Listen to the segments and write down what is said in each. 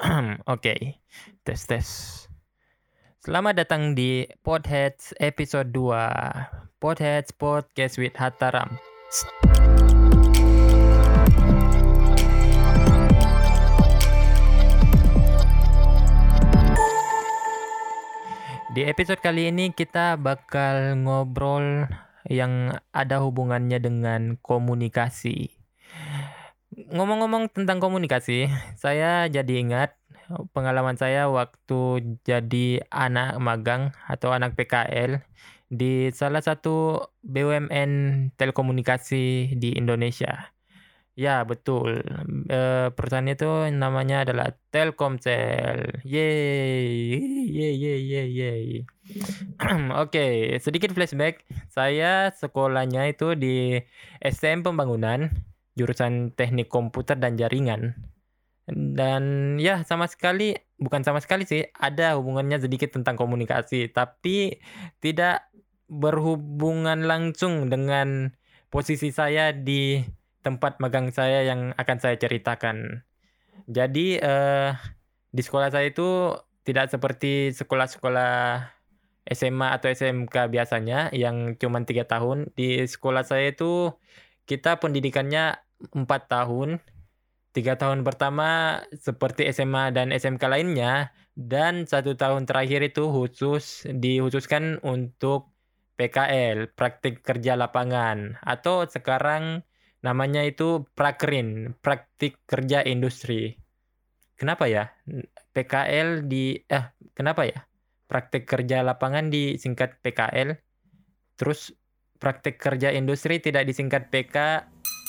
Oke, tes. Selamat datang di Podheads episode 2. Podheads Podcast with Hataram. Di episode kali ini kita bakal ngobrol yang ada hubungannya dengan komunikasi. Ngomong-ngomong tentang komunikasi, saya jadi ingat pengalaman saya waktu jadi anak magang atau anak PKL di salah satu BUMN telekomunikasi di Indonesia. Ya, betul. Perusahaan itu namanya adalah Telkomsel. Yeay. Yeay. Oke, sedikit flashback. Saya sekolahnya itu di STM Pembangunan, jurusan Teknik Komputer dan Jaringan. Dan ya bukan sama sekali sih, ada hubungannya sedikit tentang komunikasi, tapi tidak berhubungan langsung dengan posisi saya di tempat magang saya yang akan saya ceritakan. Jadi di sekolah saya itu tidak seperti sekolah-sekolah SMA atau SMK biasanya yang cuma 3 tahun. Di sekolah saya itu kita pendidikannya 4 tahun. 3 tahun pertama seperti SMA dan SMK lainnya, dan 1 tahun terakhir itu dihususkan untuk PKL, praktik kerja lapangan, atau sekarang namanya itu Prakrin, praktik kerja industri. Kenapa ya? Kenapa ya? Praktik kerja lapangan disingkat PKL, terus praktik kerja industri tidak disingkat PK.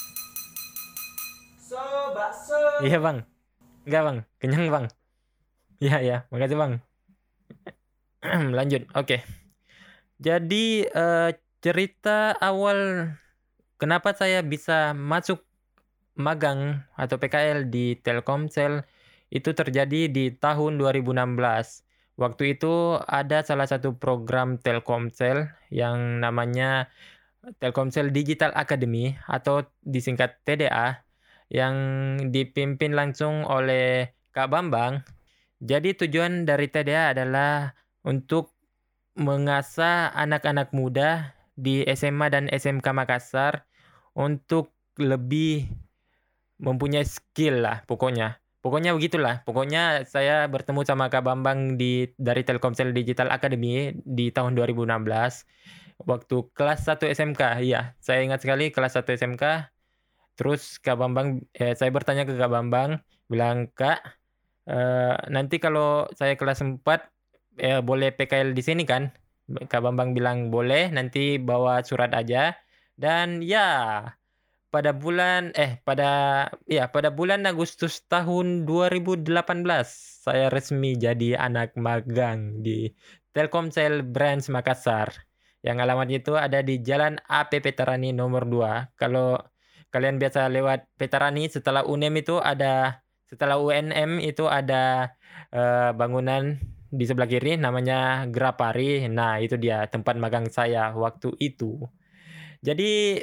Bakso. Iya bang. Enggak bang, kenyang bang. Iya, makasih bang. Lanjut, oke. Jadi cerita awal kenapa saya bisa masuk magang atau PKL di Telkomsel itu terjadi di tahun 2016. Waktu itu ada salah satu program Telkomsel yang namanya Telkomsel Digital Academy atau disingkat TDA, yang dipimpin langsung oleh Kak Bambang. Jadi tujuan dari TDA adalah untuk mengasah anak-anak muda di SMA dan SMK Makassar untuk lebih mempunyai skill lah pokoknya. Pokoknya begitulah. Pokoknya saya bertemu sama Kak Bambang dari Telkomsel Digital Academy di tahun 2016 waktu kelas 1 SMK. Iya, saya ingat sekali kelas 1 SMK. Terus Kak Bambang, saya bertanya ke Kak Bambang, bilang, "Kak, nanti kalau saya kelas 4 boleh PKL di sini kan?" Kak Bambang bilang, "Boleh, nanti bawa surat aja." Dan ya, pada bulan Agustus tahun 2018 saya resmi jadi anak magang di Telkomsel Branch Makassar. Yang alamatnya itu ada di Jalan AP Petarani nomor 2. Kalau kalian biasa lewat Petarani, setelah UNM itu ada bangunan di sebelah kiri namanya Grapari. Nah, itu dia tempat magang saya waktu itu. Jadi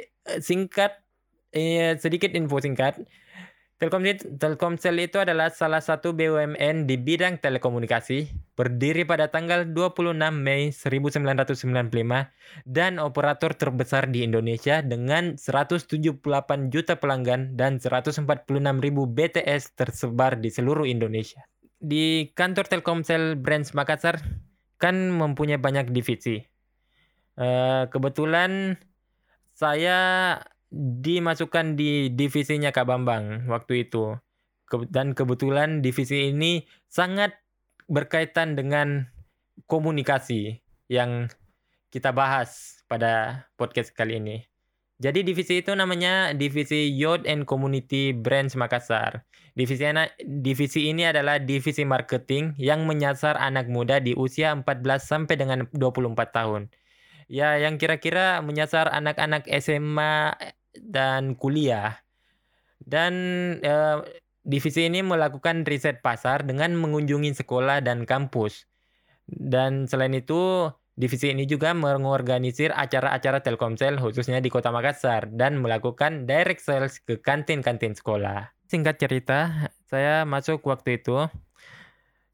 sedikit info singkat. Telkomsel itu adalah salah satu BUMN di bidang telekomunikasi, berdiri pada tanggal 26 Mei 1995 dan operator terbesar di Indonesia dengan 178 juta pelanggan dan 146 ribu BTS tersebar di seluruh Indonesia. Di kantor Telkomsel Branch Makassar kan mempunyai banyak divisi. Kebetulan saya dimasukkan di divisinya Kak Bambang waktu itu. Dan kebetulan divisi ini sangat berkaitan dengan komunikasi yang kita bahas pada podcast kali ini. Jadi divisi itu namanya Divisi Youth and Community Branch Makassar. Divisi ini adalah divisi marketing yang menyasar anak muda di usia 14 sampai dengan 24 tahun. Ya, yang kira-kira menyasar anak-anak SMA dan kuliah. Dan divisi ini melakukan riset pasar dengan mengunjungi sekolah dan kampus. Dan selain itu, divisi ini juga mengorganisir acara-acara Telkomsel khususnya di Kota Makassar dan melakukan direct sales ke kantin-kantin sekolah. Singkat cerita, saya masuk waktu itu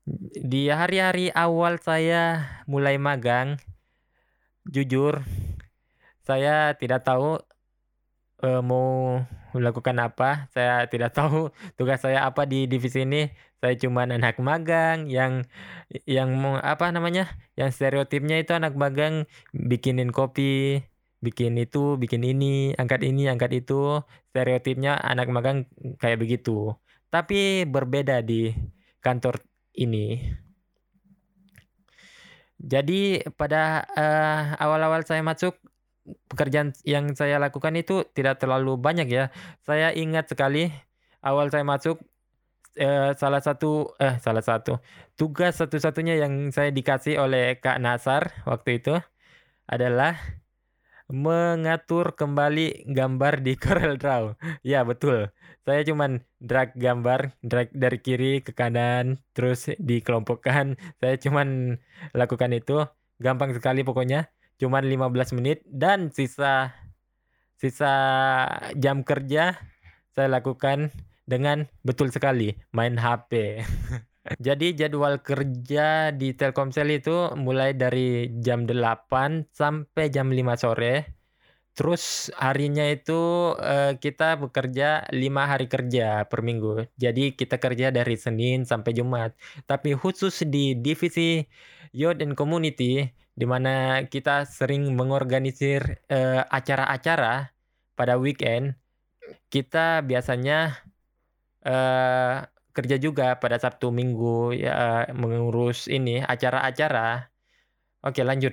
Di hari-hari awal saya mulai magang, jujur saya tidak tahu mau melakukan apa. Saya tidak tahu tugas saya apa di divisi ini. Saya cuman anak magang yang apa namanya, yang stereotipnya itu anak magang bikinin kopi, bikin itu, bikin ini, angkat itu. Stereotipnya anak magang kayak begitu. Tapi berbeda di kantor ini. Jadi pada awal-awal saya masuk, pekerjaan yang saya lakukan itu tidak terlalu banyak ya. Saya ingat sekali awal saya masuk, salah satu tugas satu-satunya yang saya dikasih oleh Kak Nasar waktu itu adalah mengatur kembali gambar di CorelDRAW. Ya betul, saya cuman drag gambar, drag dari kiri ke kanan, terus dikelompokkan. Saya cuman lakukan itu, gampang sekali pokoknya, cuman 15 menit dan sisa sisa jam kerja saya lakukan dengan betul sekali main HP. Jadi jadwal kerja di Telkomsel itu mulai dari jam 8 sampai jam 5 sore. Terus harinya itu kita bekerja 5 hari kerja per minggu. Jadi kita kerja dari Senin sampai Jumat. Tapi khusus di divisi Youth and Community, di mana kita sering mengorganisir acara-acara pada weekend, kita biasanya eh, kerja juga pada Sabtu Minggu ya, mengurus ini acara-acara. Oke, lanjut.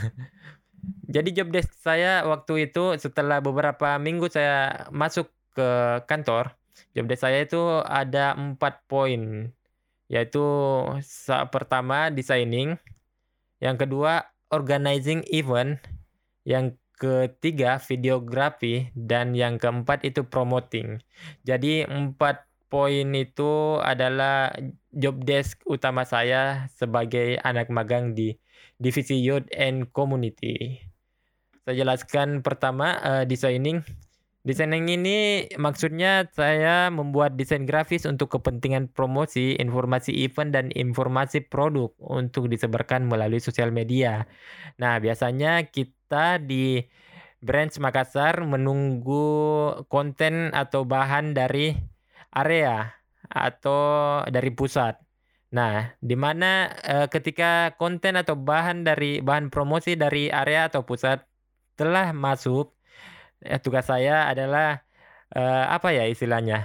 Jadi job desk saya waktu itu setelah beberapa minggu saya masuk ke kantor, job desk saya itu ada 4 poin, yaitu pertama designing, yang kedua organizing event, yang ketiga videography, dan yang keempat itu promoting. Jadi 4 poin itu adalah job desk utama saya sebagai anak magang di divisi Youth and Community. Saya jelaskan pertama, designing. Designing ini maksudnya saya membuat desain grafis untuk kepentingan promosi, informasi event, dan informasi produk untuk disebarkan melalui sosial media. Nah, biasanya kita di branch Makassar menunggu konten atau bahan dari area atau dari pusat. Nah, di mana ketika konten atau bahan promosi dari area atau pusat telah masuk, tugas saya adalah apa ya istilahnya?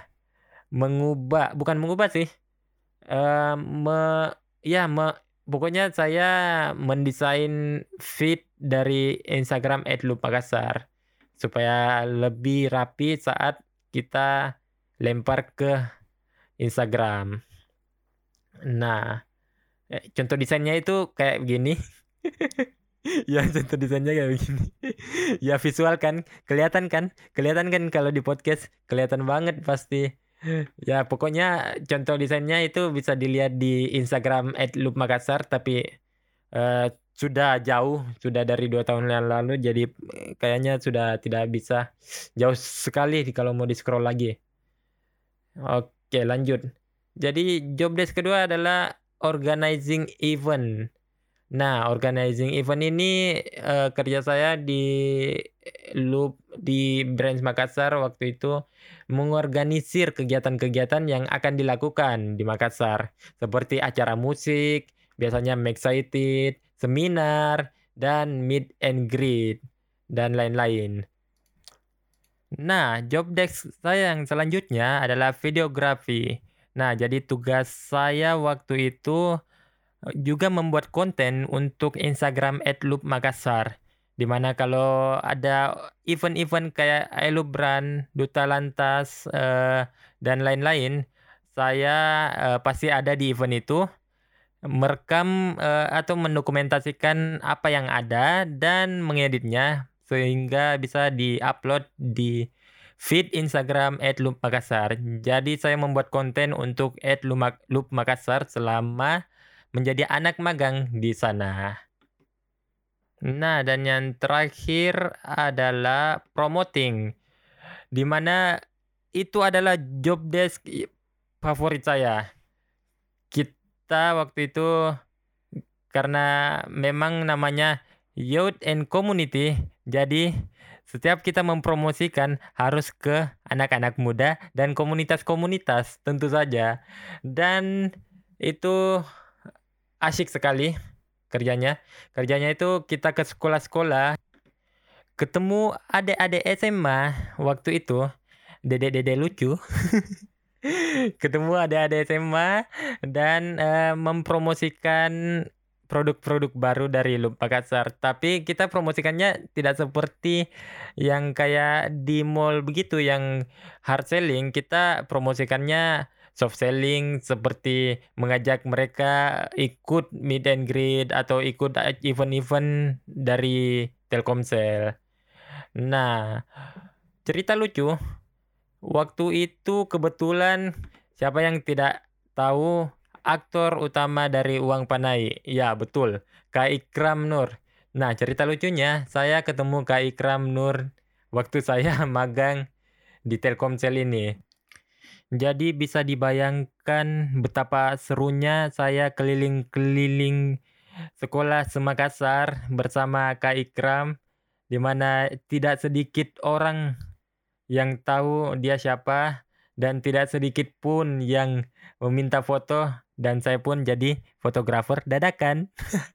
Bukan mengubah sih. eh, me, ya, pokoknya saya mendesain feed dari Instagram @loopmakassar supaya lebih rapi saat kita lempar ke Instagram. Nah, contoh desainnya itu kayak begini. Ya, contoh desainnya kayak begini. Ya visual kan, kelihatan kan kalau di podcast kelihatan banget pasti. Ya pokoknya contoh desainnya itu bisa dilihat di Instagram @loopmakassar, tapi sudah jauh, sudah dari 2 tahun yang lalu, jadi kayaknya sudah tidak bisa, jauh sekali kalau mau di scroll lagi. Oke, lanjut. Jadi job desk kedua adalah organizing event. Nah, organizing event ini kerja saya di branch Makassar waktu itu mengorganisir kegiatan-kegiatan yang akan dilakukan di Makassar, seperti acara musik, biasanya Excited, seminar, dan meet and greet, dan lain-lain. Nah, job desk saya yang selanjutnya adalah videografi. Nah, jadi tugas saya waktu itu juga membuat konten untuk Instagram @loopmakassar, di mana kalau ada event-event kayak Elubran, Duta Lantas, dan lain-lain, saya pasti ada di event itu, merekam atau mendokumentasikan apa yang ada dan mengeditnya sehingga bisa diupload di feed Instagram @loopmakassar. Jadi saya membuat konten untuk @loopmakassar selama menjadi anak magang di sana. Nah, dan yang terakhir adalah promoting, di mana itu adalah job desk favorit saya. kita waktu itu karena memang namanya youth and community, jadi setiap kita mempromosikan harus ke anak-anak muda dan komunitas-komunitas tentu saja. Dan itu asyik sekali kerjanya. Kerjanya itu kita ke sekolah-sekolah, ketemu adik-adik SMA waktu itu, dedek-dedek lucu. Ketemu adik-adik SMA dan mempromosikan produk-produk baru dari Makassar. Tapi kita promosikannya tidak seperti yang kayak di mall begitu, yang hard selling. Kita promosikannya soft selling, seperti mengajak mereka ikut meet and greet atau ikut event-event dari Telkomsel. Nah, cerita lucu. Waktu itu kebetulan, siapa yang tidak tahu aktor utama dari Uang Panai? Ya, betul, Kak Ikram Nur. Nah, cerita lucunya, saya ketemu Kak Ikram Nur waktu saya magang di Telkomsel ini. Jadi bisa dibayangkan betapa serunya saya keliling-keliling sekolah Semakassar bersama Kak Ikram, di mana tidak sedikit orang yang tahu dia siapa dan tidak sedikit pun yang meminta foto, dan saya pun jadi fotografer dadakan.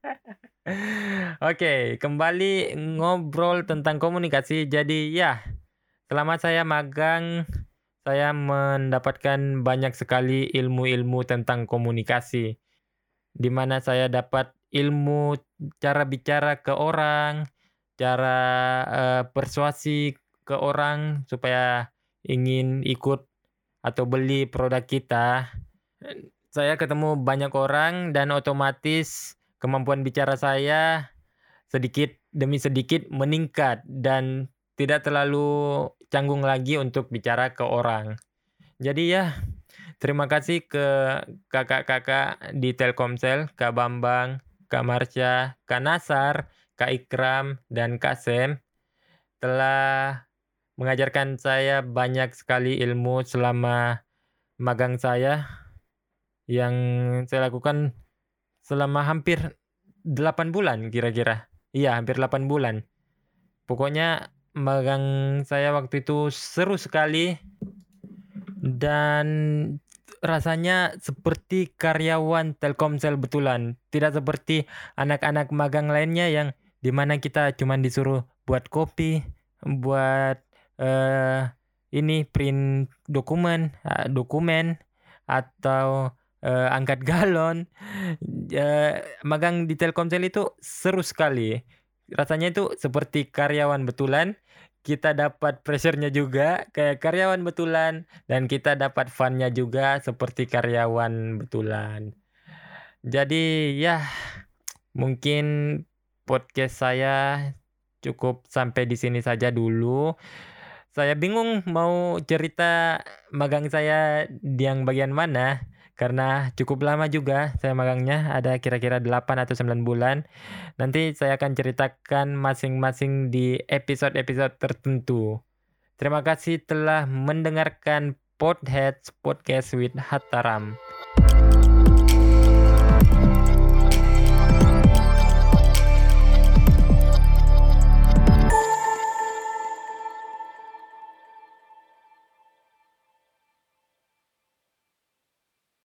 Oke, kembali ngobrol tentang komunikasi. Jadi ya, selama saya magang, saya mendapatkan banyak sekali ilmu-ilmu tentang komunikasi, di mana saya dapat ilmu cara bicara ke orang, cara persuasi ke orang supaya ingin ikut atau beli produk kita. Saya ketemu banyak orang dan otomatis kemampuan bicara saya sedikit demi sedikit meningkat dan tidak terlalu canggung lagi untuk bicara ke orang. Jadi ya, terima kasih ke kakak-kakak di Telkomsel, Kak Bambang, Kak Marsha, Kak Nasar, Kak Ikram, dan Kak Sem telah mengajarkan saya banyak sekali ilmu selama magang saya yang saya lakukan selama hampir 8 bulan kira-kira. Iya, hampir 8 bulan. Pokoknya magang saya waktu itu seru sekali dan rasanya seperti karyawan Telkomsel betulan. Tidak seperti anak-anak magang lainnya yang dimana kita cuma disuruh buat kopi, buat ini print dokumen atau angkat galon. Magang di Telkomsel itu seru sekali. Rasanya itu seperti karyawan betulan. Kita dapat pressure-nya juga kayak karyawan betulan dan kita dapat fun-nya juga seperti karyawan betulan. Jadi ya, mungkin podcast saya cukup sampai di sini saja dulu. Saya bingung mau cerita magang saya di yang bagian mana, karena cukup lama juga saya magangnya, ada kira-kira 8 atau 9 bulan. Nanti saya akan ceritakan masing-masing di episode-episode tertentu. Terima kasih telah mendengarkan Podcast with Hataram.